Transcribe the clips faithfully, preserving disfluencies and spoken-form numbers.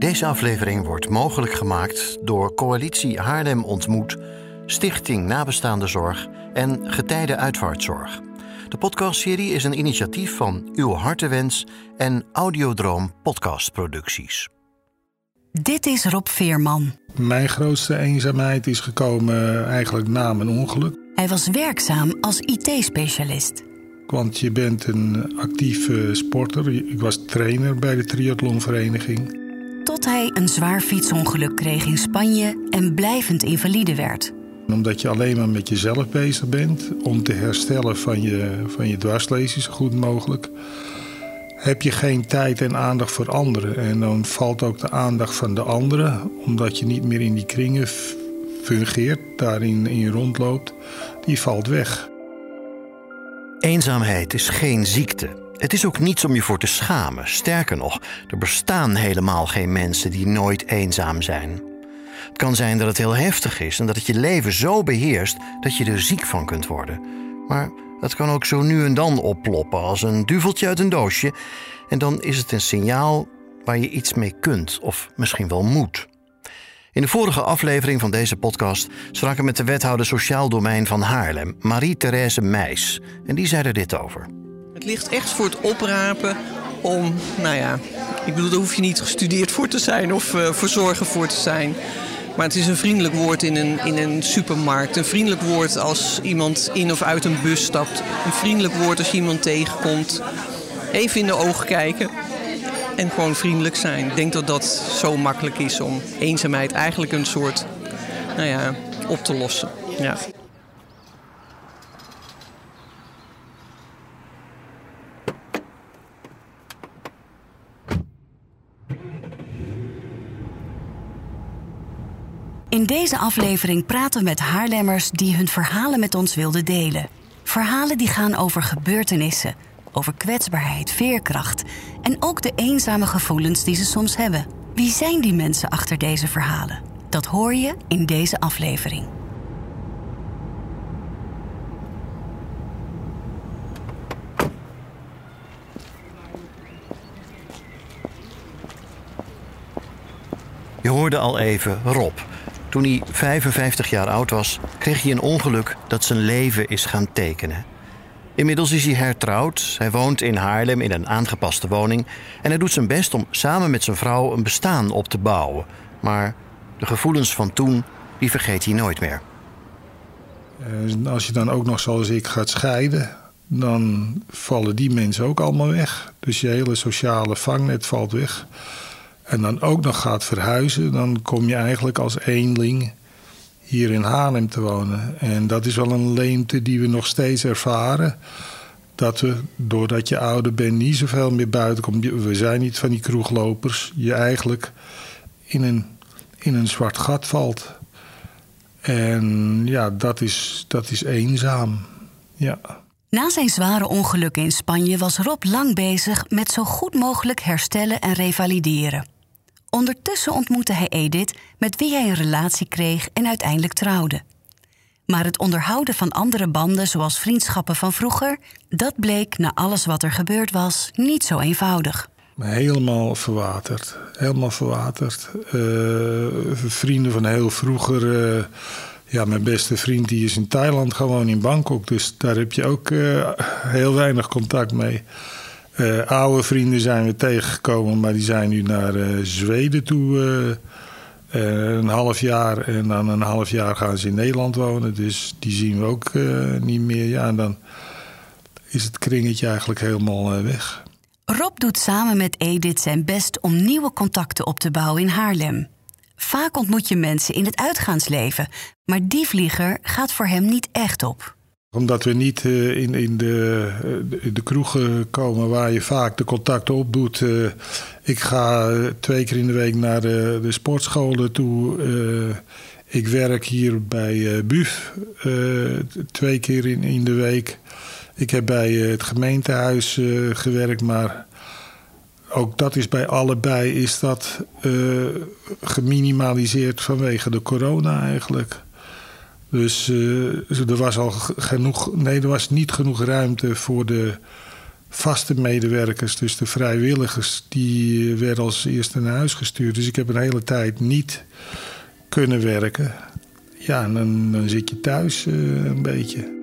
Deze aflevering wordt mogelijk gemaakt door Coalitie Haarlem Ontmoet, Stichting Nabestaande Zorg en Getijden Uitvaartzorg. De podcastserie is een initiatief van Uw Hartewens en Audiodroom podcastproducties. Dit is Rob Veerman. Mijn grootste eenzaamheid is gekomen eigenlijk na mijn ongeluk. Hij was werkzaam als I T-specialist. Want je bent een actieve sporter. Ik was trainer bij de triathlonvereniging. Tot hij een zwaar fietsongeluk kreeg in Spanje en blijvend invalide werd. Omdat je alleen maar met jezelf bezig bent om te herstellen van je, van je dwarslezing zo goed mogelijk, heb je geen tijd en aandacht voor anderen. En dan valt ook de aandacht van de anderen, omdat je niet meer in die kringen fungeert, daarin in je rondloopt, die valt weg. Eenzaamheid is geen ziekte. Het is ook niets om je voor te schamen. Sterker nog, er bestaan helemaal geen mensen die nooit eenzaam zijn. Het kan zijn dat het heel heftig is en dat het je leven zo beheerst dat je er ziek van kunt worden. Maar dat kan ook zo nu en dan opploppen als een duveltje uit een doosje. En dan is het een signaal waar je iets mee kunt of misschien wel moet. In de vorige aflevering van deze podcast sprak ik met de wethouder Sociaal Domein van Haarlem, Marie-Therese Meijs. En die zei er dit over. Het ligt echt voor het oprapen om, nou ja, ik bedoel, daar hoef je niet gestudeerd voor te zijn of uh, voor zorgen voor te zijn. Maar het is een vriendelijk woord in een, in een supermarkt. Een vriendelijk woord als iemand in of uit een bus stapt. Een vriendelijk woord als je iemand tegenkomt. Even in de ogen kijken en gewoon vriendelijk zijn. Ik denk dat dat zo makkelijk is om eenzaamheid eigenlijk een soort, nou ja, op te lossen. Ja. In deze aflevering praten we met Haarlemmers die hun verhalen met ons wilden delen. Verhalen die gaan over gebeurtenissen, over kwetsbaarheid, veerkracht en ook de eenzame gevoelens die ze soms hebben. Wie zijn die mensen achter deze verhalen? Dat hoor je in deze aflevering. Je hoorde al even Rob. Toen hij vijfenvijftig jaar oud was, kreeg hij een ongeluk dat zijn leven is gaan tekenen. Inmiddels is hij hertrouwd, hij woont in Haarlem in een aangepaste woning en hij doet zijn best om samen met zijn vrouw een bestaan op te bouwen. Maar de gevoelens van toen, die vergeet hij nooit meer. Als je dan ook nog zoals ik gaat scheiden, dan vallen die mensen ook allemaal weg. Dus je hele sociale vangnet valt weg. En dan ook nog gaat verhuizen, dan kom je eigenlijk als eenling hier in Haarlem te wonen. En dat is wel een leemte die we nog steeds ervaren. Dat we, doordat je ouder bent, niet zoveel meer buiten komt. We zijn niet van die kroeglopers. Je eigenlijk in een, in een zwart gat valt. En ja, dat is, dat is eenzaam. Ja. Na zijn zware ongelukken in Spanje was Rob lang bezig met zo goed mogelijk herstellen en revalideren. Ondertussen ontmoette hij Edith, met wie hij een relatie kreeg en uiteindelijk trouwde. Maar het onderhouden van andere banden, zoals vriendschappen van vroeger, dat bleek na alles wat er gebeurd was niet zo eenvoudig. Helemaal verwaterd. Helemaal verwaterd. Uh, vrienden van heel vroeger. Uh, ja, mijn beste vriend die is in Thailand, gewoon in Bangkok. Dus daar heb je ook uh, heel weinig contact mee. Uh, oude vrienden zijn we tegengekomen, maar die zijn nu naar uh, Zweden toe. Uh, uh, een half jaar en dan een half jaar gaan ze in Nederland wonen. Dus die zien we ook uh, niet meer. Ja, en dan is het kringetje eigenlijk helemaal uh, weg. Rob doet samen met Edith zijn best om nieuwe contacten op te bouwen in Haarlem. Vaak ontmoet je mensen in het uitgaansleven, maar die vlieger gaat voor hem niet echt op. Omdat we niet uh, in, in de, uh, de kroegen komen waar je vaak de contacten opdoet. Uh, ik ga twee keer in de week naar de, de sportscholen toe. Uh, ik werk hier bij uh, B U F uh, twee keer in, in de week. Ik heb bij uh, het gemeentehuis uh, gewerkt, maar ook dat is bij allebei is dat uh, geminimaliseerd vanwege de corona eigenlijk. Dus uh, er was al genoeg, nee, er was niet genoeg ruimte voor de vaste medewerkers, dus de vrijwilligers, die werden als eerste naar huis gestuurd. Dus ik heb een hele tijd niet kunnen werken. Ja, en dan, dan zit je thuis uh, een beetje.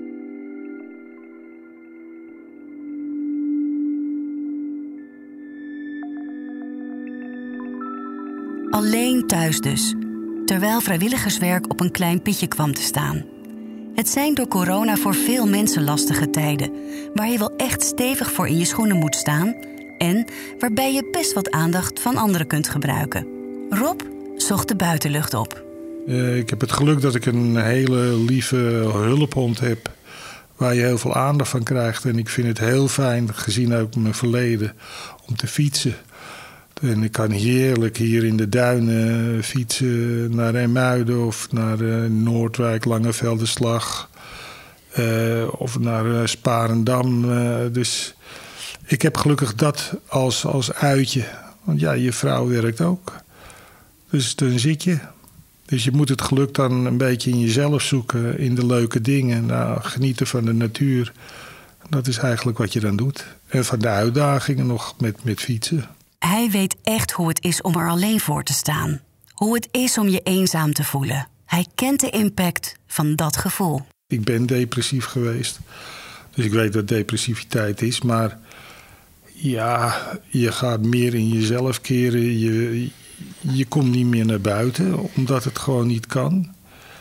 Alleen thuis dus, terwijl vrijwilligerswerk op een klein pitje kwam te staan. Het zijn door corona voor veel mensen lastige tijden, waar je wel echt stevig voor in je schoenen moet staan en waarbij je best wat aandacht van anderen kunt gebruiken. Rob zocht de buitenlucht op. Uh, ik heb het geluk dat ik een hele lieve hulphond heb, waar je heel veel aandacht van krijgt. En ik vind het heel fijn, gezien ook mijn verleden, om te fietsen. En ik kan heerlijk hier in de duinen fietsen naar IJmuiden of naar uh, Noordwijk, Langevelderslag. Uh, of naar uh, Sparendam. Uh, dus ik heb gelukkig dat als, als uitje. Want ja, je vrouw werkt ook. Dus dan zit je. Dus je moet het geluk dan een beetje in jezelf zoeken, in de leuke dingen. Nou, genieten van de natuur. Dat is eigenlijk wat je dan doet. En van de uitdagingen nog met, met fietsen. Hij weet echt hoe het is om er alleen voor te staan. Hoe het is om je eenzaam te voelen. Hij kent de impact van dat gevoel. Ik ben depressief geweest. Dus ik weet wat depressiviteit is. Maar ja, je gaat meer in jezelf keren. Je, je komt niet meer naar buiten, omdat het gewoon niet kan.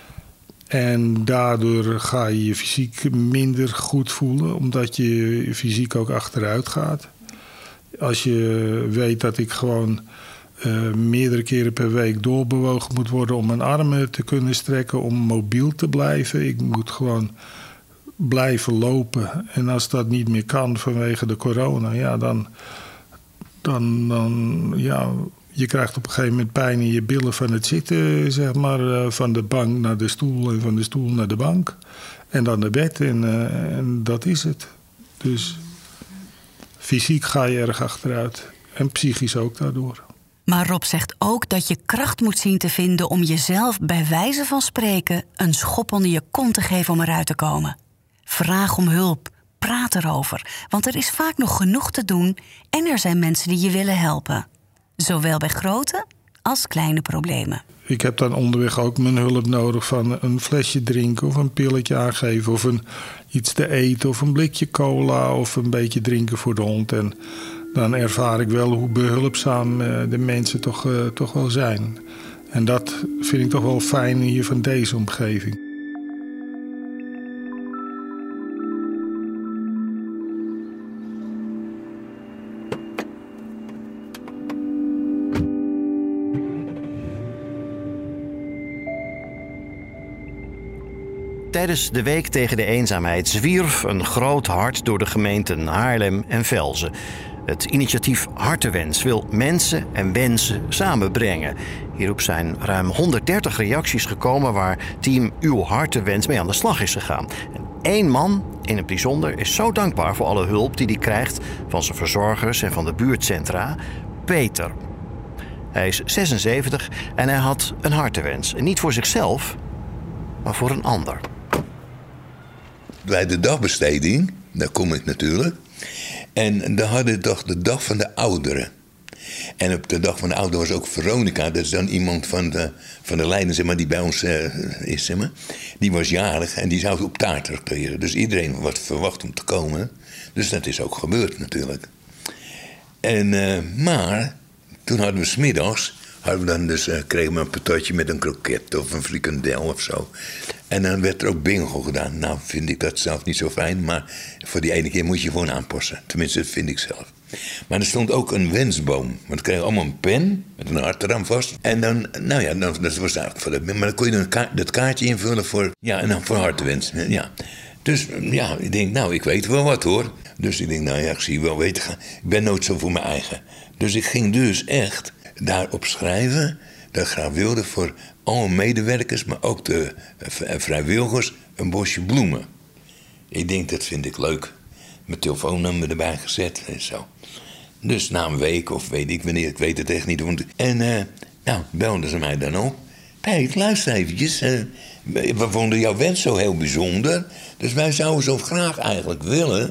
En daardoor ga je je fysiek minder goed voelen, omdat je fysiek ook achteruit gaat. Als je weet dat ik gewoon uh, meerdere keren per week doorbewogen moet worden om mijn armen te kunnen strekken, om mobiel te blijven. Ik moet gewoon blijven lopen. En als dat niet meer kan vanwege de corona, ja, dan, dan, dan ja, je krijgt op een gegeven moment pijn in je billen van het zitten, zeg maar, uh, van de bank naar de stoel en van de stoel naar de bank. En dan naar bed en, uh, en dat is het. Dus fysiek ga je erg achteruit. En psychisch ook daardoor. Maar Rob zegt ook dat je kracht moet zien te vinden om jezelf bij wijze van spreken een schop onder je kont te geven om eruit te komen. Vraag om hulp, praat erover, want er is vaak nog genoeg te doen en er zijn mensen die je willen helpen. Zowel bij grote als kleine problemen. Ik heb dan onderweg ook mijn hulp nodig van een flesje drinken of een pilletje aangeven of een, iets te eten of een blikje cola of een beetje drinken voor de hond. En dan ervaar ik wel hoe behulpzaam de mensen toch, uh, toch wel zijn. En dat vind ik toch wel fijn hier van deze omgeving. Tijdens de Week tegen de Eenzaamheid zwierf een groot hart door de gemeenten Haarlem en Velzen. Het initiatief Hartewens wil mensen en wensen samenbrengen. Hierop zijn ruim honderddertig reacties gekomen waar team Uw Hartewens mee aan de slag is gegaan. En één man in het bijzonder is zo dankbaar voor alle hulp die hij krijgt van zijn verzorgers en van de buurtcentra. Peter. Hij is zesenzeventig en hij had een hartewens. En niet voor zichzelf, maar voor een ander. Bij de dagbesteding, daar kom ik natuurlijk. En daar hadden we toch de dag van de ouderen. En op de dag van de ouderen was ook Veronica. Dat is dan iemand van de, van de Leiden, zeg maar, die bij ons uh, is. Zeg maar. Die was jarig en die zou op taart terugkeren. Dus iedereen was verwacht om te komen. Dus dat is ook gebeurd natuurlijk. En, uh, maar toen hadden we 's middags... Hadden we dan dus, uh, kregen we een patatje met een kroket of een frikandel of zo. En dan werd er ook bingo gedaan. Nou vind ik dat zelf niet zo fijn, maar voor die ene keer moet je gewoon aanpassen. Tenminste, dat vind ik zelf. Maar er stond ook een wensboom. Want we kregen allemaal een pen met een hart eraan vast. En dan, nou ja, dan, dat was eigenlijk voor dat. Maar dan kon je dan kaart, dat kaartje invullen voor, ja, en dan voor hartewens. Ja. Dus ja, ik denk, nou, ik weet wel wat hoor. Dus ik denk, nou ja, ik zie wel weten. Ik ben nooit zo voor mijn eigen. Dus ik ging dus echt daarop schrijven dat ik graag wilde voor alle medewerkers, maar ook de vrijwilligers, een bosje bloemen. Ik denk, dat vind ik leuk. Mijn telefoonnummer erbij gezet en zo. Dus na een week of weet ik wanneer, ik weet het echt niet. En uh, nou, belden ze mij dan op. Kijk, luister eventjes. Uh, we vonden jouw wens zo heel bijzonder. Dus wij zouden zo graag eigenlijk willen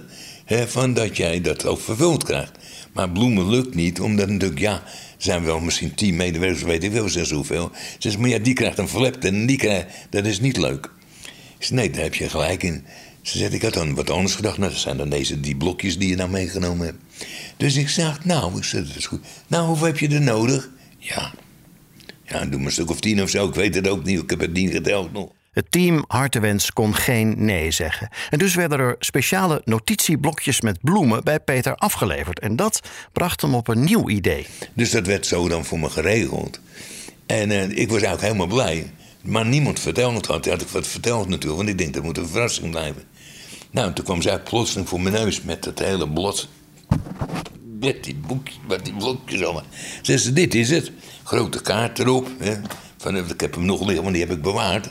He, van dat jij dat ook vervuld krijgt. Maar bloemen lukt niet, omdat natuurlijk, ja, zijn wel misschien tien medewerkers, weet ik wel, zes hoeveel. Ze zegt, maar ja, die krijgt een flap en die krijgt, dat is niet leuk. Ik zeg, nee, daar heb je gelijk in. Ze zegt, ik had dan wat anders gedacht. Nou, dat zijn dan deze, die blokjes die je nou meegenomen hebt. Dus ik zeg, nou, ik zeg, dat is goed. Nou, hoeveel heb je er nodig? Ja, ja, doe maar een stuk of tien of zo. Ik weet het ook niet, ik heb het niet geteld nog. Het team Hartewens kon geen nee zeggen. En dus werden er speciale notitieblokjes met bloemen bij Peter afgeleverd. En dat bracht hem op een nieuw idee. Dus dat werd zo dan voor me geregeld. En uh, ik was eigenlijk helemaal blij. Maar niemand verteld had. Had ik wat verteld natuurlijk, want ik denk dat moet een verrassing blijven. Nou, toen kwam zij plotseling voor mijn neus met het hele blad. Met die boekjes, met die blokjes allemaal. Zei ze, dit is het. Grote kaart erop. Hè. Van, ik heb hem nog liggen, want die heb ik bewaard.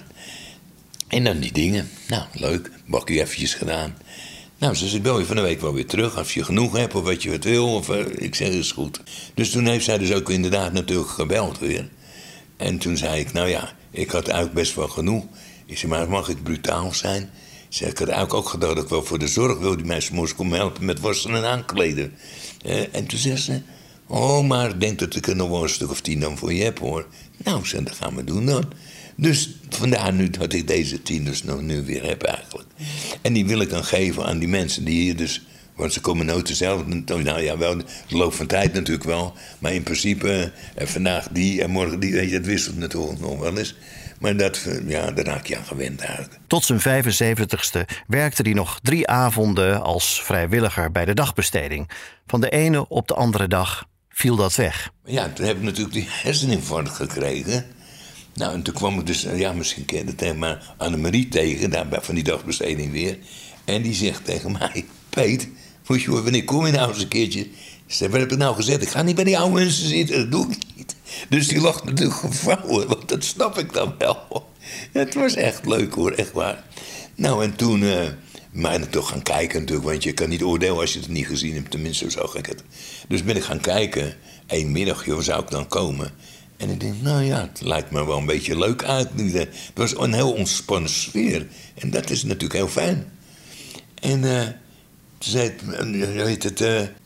En dan die dingen. Nou, leuk. Bakje eventjes gedaan. Nou, ze zei, bel je van de week wel weer terug. Als je genoeg hebt of wat je wat wil. Of, uh, ik zeg, is goed. Dus toen heeft zij dus ook inderdaad natuurlijk gebeld weer. En toen zei ik, nou ja, ik had eigenlijk best wel genoeg. Ik zei, maar mag ik brutaal zijn? Ik zei, ik had eigenlijk ook gedacht dat ik wel voor de zorg wil. Die mensen moest komen helpen met wassen en aankleden. Uh, en toen zei ze, oh, maar ik denk dat ik er nog wel een stuk of tien dan voor je heb, hoor. Nou, zei, dat gaan we doen dan. Dus vandaar nu dat ik deze tien dus nog nu weer heb eigenlijk. En die wil ik dan geven aan die mensen die hier dus... Want ze komen nooit dezelfde... Nou ja, wel, de loop van tijd natuurlijk wel. Maar in principe, eh, vandaag die en morgen die... Weet je, het wisselt natuurlijk nog wel eens. Maar dat, ja, daar raak je aan gewend eigenlijk. Tot zijn vijfenzeventigste werkte hij nog drie avonden als vrijwilliger bij de dagbesteding. Van de ene op de andere dag viel dat weg. Ja, toen heb ik natuurlijk die herseninfarct gekregen... Nou, en toen kwam ik dus, ja, misschien ken je het tegen, maar Annemarie tegen, daar van die dagbesteding weer. En die zegt tegen mij, Peet, moet je, wanneer kom je nou eens een keertje? Ik zei, wat heb ik nou gezegd? Ik ga niet bij die oude mensen zitten, dat doe ik niet. Dus die lag natuurlijk gevouwen, want dat snap ik dan wel. Ja, het was echt leuk hoor, echt waar. Nou, en toen, uh, maar toch gaan kijken natuurlijk, want je kan niet oordelen als je het niet gezien hebt. Tenminste, zo zag ik het. Dus ben ik gaan kijken, één middag, joh, zou ik dan komen... En ik denk, nou ja, het lijkt me wel een beetje leuk uit. Het was een heel ontspannen sfeer. En dat is natuurlijk heel fijn. En uh, toen zei het, uh, heet het,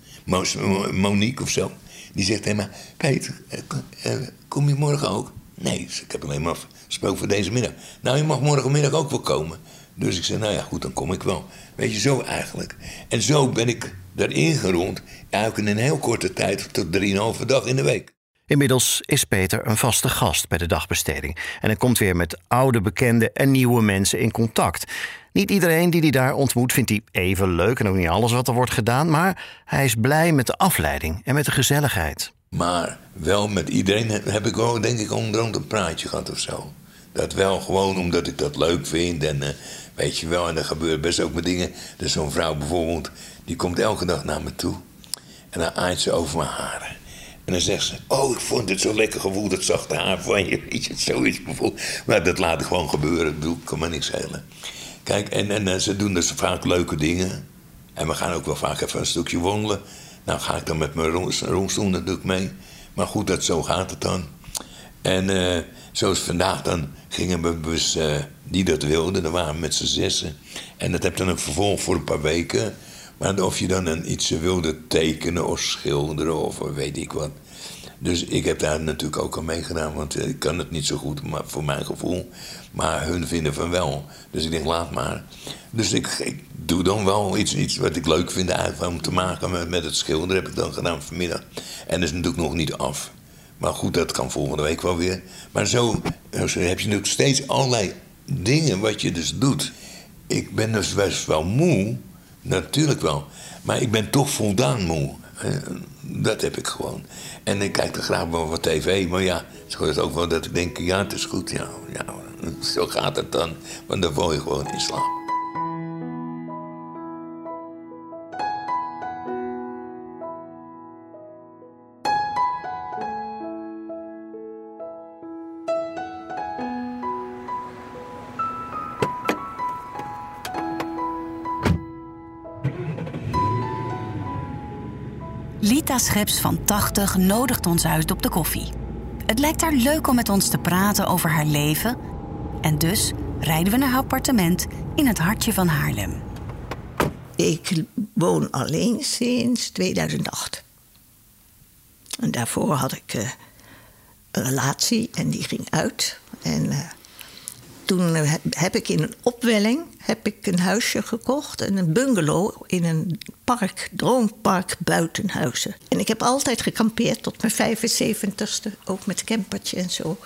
uh, Monique of zo. Die zegt tegen mij, Peter, uh, uh, kom je morgen ook? Nee, ik heb alleen maar afgesproken voor deze middag. Nou, je mag morgenmiddag ook wel komen. Dus ik zei, nou ja, goed, dan kom ik wel. Weet je, zo eigenlijk. En zo ben ik daarin gerond. Eigenlijk in een heel korte tijd, tot drieënhalve dag in de week. Inmiddels is Peter een vaste gast bij de dagbesteding. En hij komt weer met oude bekenden en nieuwe mensen in contact. Niet iedereen die hij daar ontmoet vindt hij even leuk en ook niet alles wat er wordt gedaan. Maar hij is blij met de afleiding en met de gezelligheid. Maar wel met iedereen heb ik wel, denk ik, onderhand een praatje gehad of zo. Dat wel gewoon omdat ik dat leuk vind. En uh, weet je wel, en er gebeuren best ook met dingen. Dus zo'n vrouw bijvoorbeeld, die komt elke dag naar me toe. En dan aait ze over mijn haren. En dan zegt ze, oh, ik vond het zo lekker gevoel, dat zachte haar van je. Weet je, zoiets bijvoorbeeld. Maar dat laat ik gewoon gebeuren, ik bedoel, kan me niks schelen. Kijk, en, en, en ze doen dus vaak leuke dingen. En we gaan ook wel vaak even een stukje wandelen. Nou ga ik dan met mijn rolstoel natuurlijk mee. Maar goed, dat, zo gaat het dan. En uh, zoals vandaag dan gingen we dus, uh, die dat wilden, dan waren we met z'n zessen. En dat heb dan een vervolg voor een paar weken... Maar of je dan een, iets wilde tekenen of schilderen of weet ik wat. Dus ik heb daar natuurlijk ook aan meegedaan. Want ik kan het niet zo goed, maar voor mijn gevoel. Maar hun vinden van wel. Dus ik denk, laat maar. Dus ik, ik doe dan wel iets, iets wat ik leuk vind eigenlijk om te maken. Met, met het schilderen heb ik dan gedaan vanmiddag. En dat is natuurlijk nog niet af. Maar goed, dat kan volgende week wel weer. Maar zo, zo heb je natuurlijk steeds allerlei dingen wat je dus doet. Ik ben dus best wel moe. Natuurlijk wel. Maar ik ben toch voldaan moe. Dat heb ik gewoon. En ik kijk er graag wel wat tv. Maar ja, het is ook wel dat ik denk, ja, het is goed. Ja, ja, zo gaat het dan. Want dan val je gewoon in slaap. Lita Scheps van tachtig nodigt ons uit op de koffie. Het lijkt haar leuk om met ons te praten over haar leven. En dus rijden we naar haar appartement in het hartje van Haarlem. Ik woon alleen sinds tweeduizend acht. En daarvoor had ik uh, een relatie en die ging uit. En uh, toen uh, heb ik in een opwelling heb ik een huisje gekocht. Een bungalow in een park, Droompark Buitenhuizen. En ik heb altijd gekampeerd tot mijn vijfenzeventigste. Ook met campertje en zo.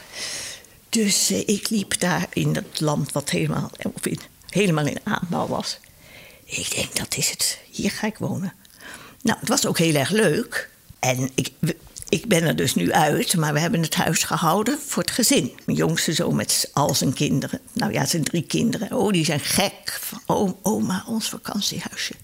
Dus uh, ik liep daar in dat land wat helemaal, of in, helemaal in aanbouw was. Ik denk, dat is het. Hier ga ik wonen. Nou, het was ook heel erg leuk. En ik, ik ben er dus nu uit, maar we hebben het huis gehouden voor het gezin. Mijn jongste zoon met al zijn kinderen. Nou ja, zijn drie kinderen. Oh, die zijn gek. Oh, oma, ons vakantiehuisje.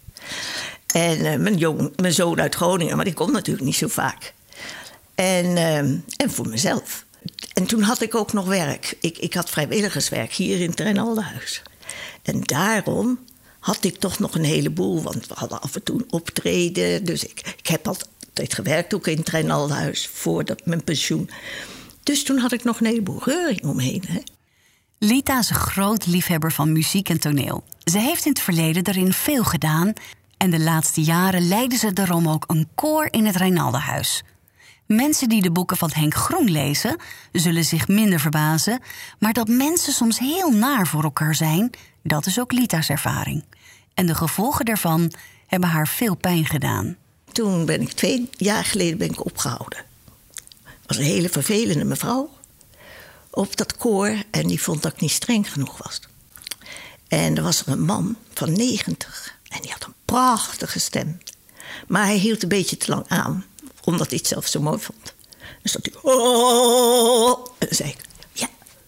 En uh, mijn, jong, mijn zoon uit Groningen, maar die komt natuurlijk niet zo vaak. En, uh, en voor mezelf. En toen had ik ook nog werk. Ik, ik had vrijwilligerswerk hier in het Reinaldenhuis. En daarom had ik toch nog een heleboel, want we hadden af en toe een optreden. Dus ik, ik heb altijd gewerkt, ook in het Reinaldenhuis, voor dat, mijn pensioen. Dus toen had ik nog een heleboel reuring omheen. Hè. Lita is een groot liefhebber van muziek en toneel. Ze heeft in het verleden daarin veel gedaan. En de laatste jaren leidde ze daarom ook een koor in het Reinaldenhuis. Mensen die de boeken van Henk Groen lezen, zullen zich minder verbazen. Maar dat mensen soms heel naar voor elkaar zijn, dat is ook Lita's ervaring. En de gevolgen daarvan hebben haar veel pijn gedaan. Toen ben ik twee jaar geleden ben ik opgehouden. Er was een hele vervelende mevrouw op dat koor. En die vond dat ik niet streng genoeg was. En er was er een man van negentig. En die had een prachtige stem. Maar hij hield een beetje te lang aan, omdat hij het zelf zo mooi vond. Dan stond hij... Oh! En dan zei ik... Ja,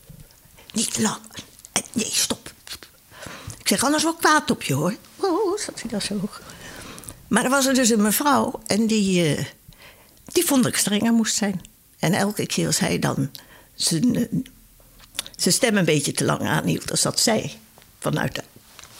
niet te lang. Nee, stop. Ik zeg, anders word ik kwaad op je, hoor. Oh, zat hij daar zo. Maar er was er dus een mevrouw en die, uh, die vond dat ik strenger moest zijn. En elke keer als hij dan zijn, uh, zijn stem een beetje te lang aanhield, dan zat zij vanuit de...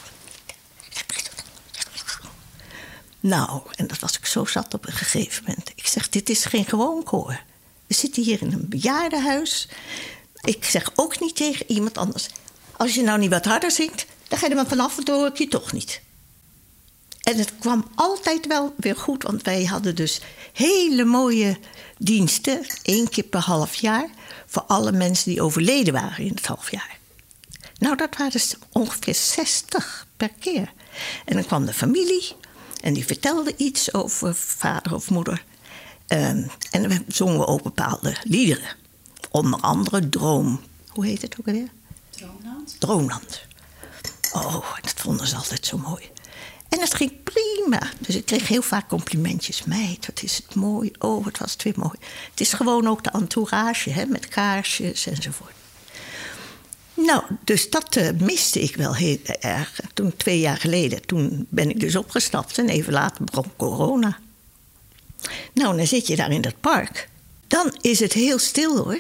Nou, en dat was ik zo zat op een gegeven moment. Ik zeg, dit is geen gewoon koor. We zitten hier in een bejaardenhuis. Ik zeg ook niet tegen iemand anders... Als je nou niet wat harder zingt, dan ga je er maar vanaf, want dan hoor ik je toch niet. En het kwam altijd wel weer goed, want wij hadden dus hele mooie diensten, één keer per half jaar, voor alle mensen die overleden waren in het half jaar. Nou, dat waren dus ongeveer zestig per keer. En dan kwam de familie en die vertelde iets over vader of moeder. Um, en dan zongen we ook bepaalde liederen. Onder andere Droom. Hoe heet het ook alweer? Droomland. Droomland. Oh, dat vonden ze altijd zo mooi. En dat ging prima. Dus ik kreeg heel vaak complimentjes. Meid, wat is het mooi. Oh, wat was het weer mooi. Het is gewoon ook de entourage, hè, met kaarsjes enzovoort. Nou, dus dat uh, miste ik wel heel erg. Toen, twee jaar geleden, toen ben ik dus opgestapt. En even later begon corona. Nou, dan zit je daar in dat park. Dan is het heel stil, hoor.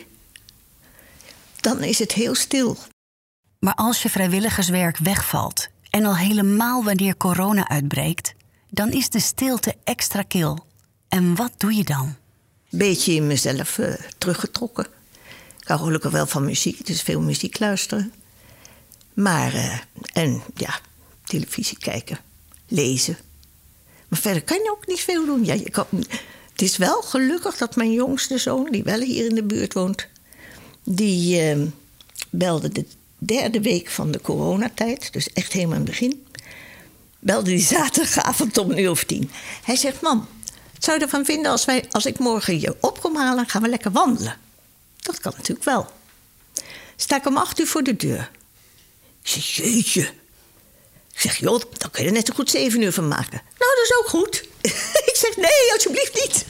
Dan is het heel stil. Maar als je vrijwilligerswerk wegvalt en al helemaal wanneer corona uitbreekt, dan is de stilte extra kil. En wat doe je dan? Beetje in mezelf uh, teruggetrokken. Ik hou gelukkig wel van muziek, dus veel muziek luisteren. Maar, uh, en ja, televisie kijken, lezen. Maar verder kan je ook niet veel doen. Ja, je kan, het is wel gelukkig dat mijn jongste zoon, die wel hier in de buurt woont, die uh, belde de derde week van de coronatijd, dus echt helemaal in het begin, belde die zaterdagavond om een uur of tien. Hij zegt, mam, wat zou je ervan vinden als, wij, als ik morgen je op kom halen, gaan we lekker wandelen? Dat kan natuurlijk wel. Sta ik om acht uur voor de deur. Ik zeg, jeetje. Ik zeg, joh, dan kun je er net zo goed zeven uur van maken. Nou, dat is ook goed. Ik zeg, nee, alsjeblieft niet.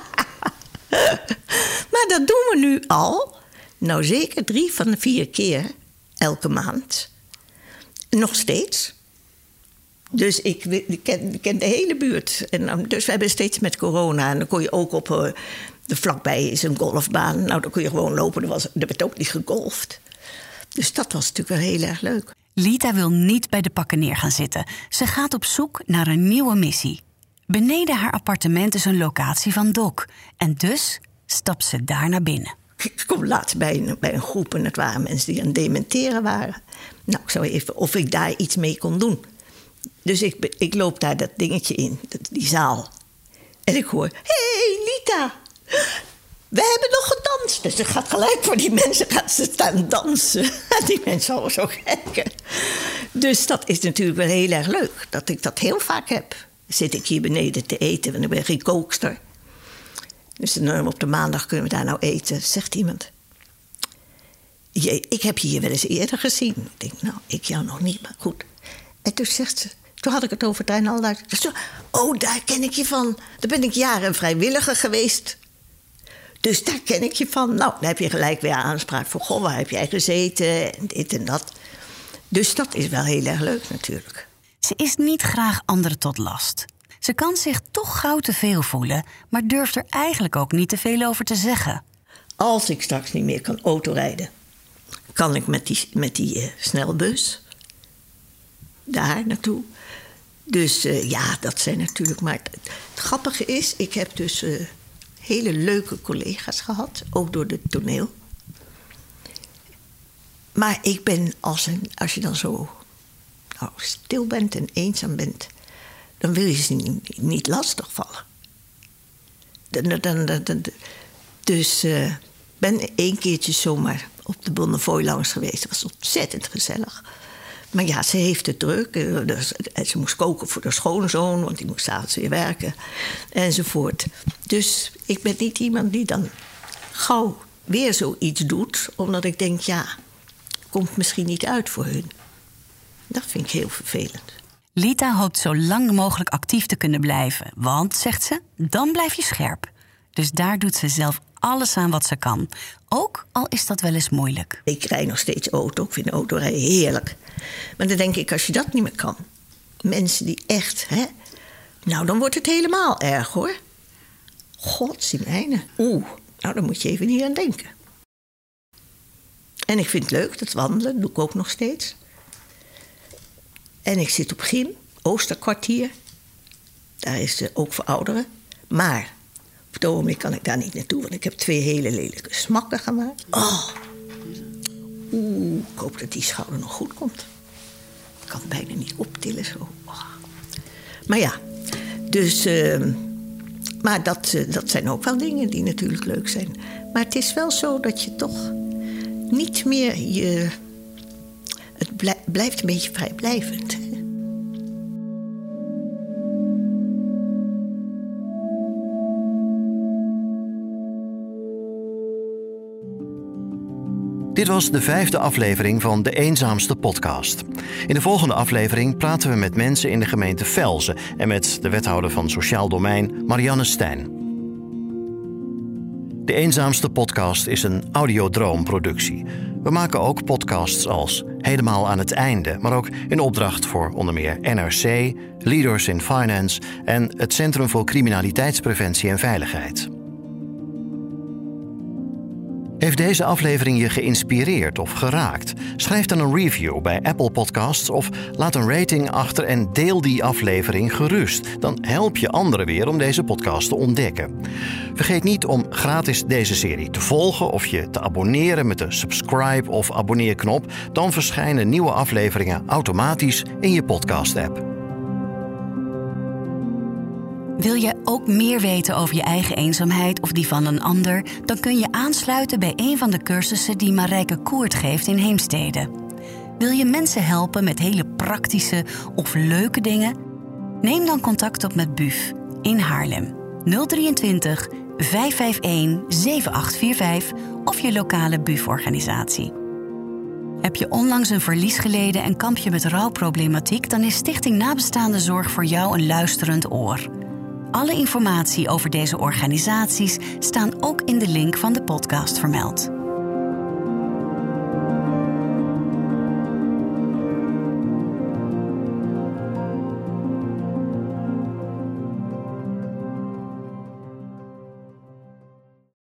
Maar dat doen we nu al. Nou, zeker drie van de vier keer elke maand. Nog steeds. Dus ik, ik, ken, ik ken de hele buurt. En, dus we hebben steeds met corona. En dan kon je ook op... Uh, de vlakbij is een golfbaan. Nou, dan kun je gewoon lopen. Er, was, er werd ook niet gegolfd. Dus dat was natuurlijk wel heel erg leuk. Lita wil niet bij de pakken neer gaan zitten. Ze gaat op zoek naar een nieuwe missie. Beneden haar appartement is een locatie van Doc. En dus stapt ze daar naar binnen. Ik kom laatst bij een, bij een groep en het waren mensen die aan het dementeren waren. Nou, ik zou even of ik daar iets mee kon doen. Dus ik, ik loop daar dat dingetje in, die zaal. En ik hoor, hé, hey, Lita, we hebben nog gedanst. Dus ik ga gelijk voor die mensen gaan ze staan dansen. Die mensen waren zo gek. Dus dat is natuurlijk wel heel erg leuk, dat ik dat heel vaak heb. Zit ik hier beneden te eten, want ik ben geen kookster. Dus dan op de maandag kunnen we daar nou eten, zegt iemand. Je, ik heb je hier wel eens eerder gezien. Ik denk, nou, ik jou nog niet, maar goed. En toen zegt ze, toen had ik het over Trein Oh, daar ken ik je van. Daar ben ik jaren vrijwilliger geweest. Dus daar ken ik je van. Nou, dan heb je gelijk weer aanspraak voor, goh, waar heb jij gezeten? En dit en dat. Dus dat is wel heel erg leuk natuurlijk. Ze is niet graag anderen tot last. Ze kan zich toch gauw te veel voelen, maar durft er eigenlijk ook niet te veel over te zeggen. Als ik straks niet meer kan autorijden, kan ik met die, met die uh, snelbus daar naartoe. Dus uh, ja, dat zijn natuurlijk... Maar het, het grappige is, ik heb dus uh, hele leuke collega's gehad, ook door het toneel. Maar ik ben, als, een, als je dan zo nou, stil bent en eenzaam bent, dan wil je ze niet, niet lastigvallen. Dan, dan, dan, dan, dus ik uh, ben één keertje zomaar op de Bonnefoy langs geweest. Dat was ontzettend gezellig. Maar ja, ze heeft het druk. En ze moest koken voor de schoonzoon, want die moest 's avonds weer werken. Enzovoort. Dus ik ben niet iemand die dan gauw weer zoiets doet, omdat ik denk, ja, komt misschien niet uit voor hun. Dat vind ik heel vervelend. Lita hoopt zo lang mogelijk actief te kunnen blijven. Want, zegt ze, dan blijf je scherp. Dus daar doet ze zelf alles aan wat ze kan. Ook al is dat wel eens moeilijk. Ik rijd nog steeds auto. Ik vind autorijden heerlijk. Maar dan denk ik, als je dat niet meer kan. Mensen die echt, hè. Nou, dan wordt het helemaal erg, hoor. Godzijmijne. Oeh, nou, daar moet je even niet aan denken. En ik vind het leuk, dat wandelen. Doe ik ook nog steeds. En ik zit op gym, Oosterkwartier. Daar is het ook voor ouderen. Maar op het ogenblik kan ik daar niet naartoe, want ik heb twee hele lelijke smakken gemaakt. Oh, oeh, ik hoop dat die schouder nog goed komt. Ik kan het bijna niet optillen zo. Oh. Maar ja, dus... Uh, maar dat, uh, dat zijn ook wel dingen die natuurlijk leuk zijn. Maar het is wel zo dat je toch niet meer je... Het blijft een beetje vrijblijvend. Dit was de vijfde aflevering van De Eenzaamste Podcast. In de volgende aflevering praten we met mensen in de gemeente Velzen en met de wethouder van Sociaal Domein, Marianne Stijn. De Eenzaamste Podcast is een Audiodroom-productie. We maken ook podcasts als Helemaal aan het Einde, maar ook in opdracht voor onder meer N R C, Leaders in Finance en het Centrum voor Criminaliteitspreventie en Veiligheid. Heeft deze aflevering je geïnspireerd of geraakt? Schrijf dan een review bij Apple Podcasts of laat een rating achter en deel die aflevering gerust. Dan help je anderen weer om deze podcast te ontdekken. Vergeet niet om gratis deze serie te volgen of je te abonneren met de subscribe of abonneerknop. Dan verschijnen nieuwe afleveringen automatisch in je podcast-app. Wil je ook meer weten over je eigen eenzaamheid of die van een ander? Dan kun je aansluiten bij een van de cursussen die Marijke Koert geeft in Heemstede. Wil je mensen helpen met hele praktische of leuke dingen? Neem dan contact op met B U F in Haarlem. nul drieëntwintig, vijf vijf een, zeven acht vier vijf of je lokale B U F-organisatie. Heb je onlangs een verlies geleden en kamp je met rouwproblematiek? Dan is Stichting Nabestaande Zorg voor jou een luisterend oor. Alle informatie over deze organisaties staan ook in de link van de podcast vermeld.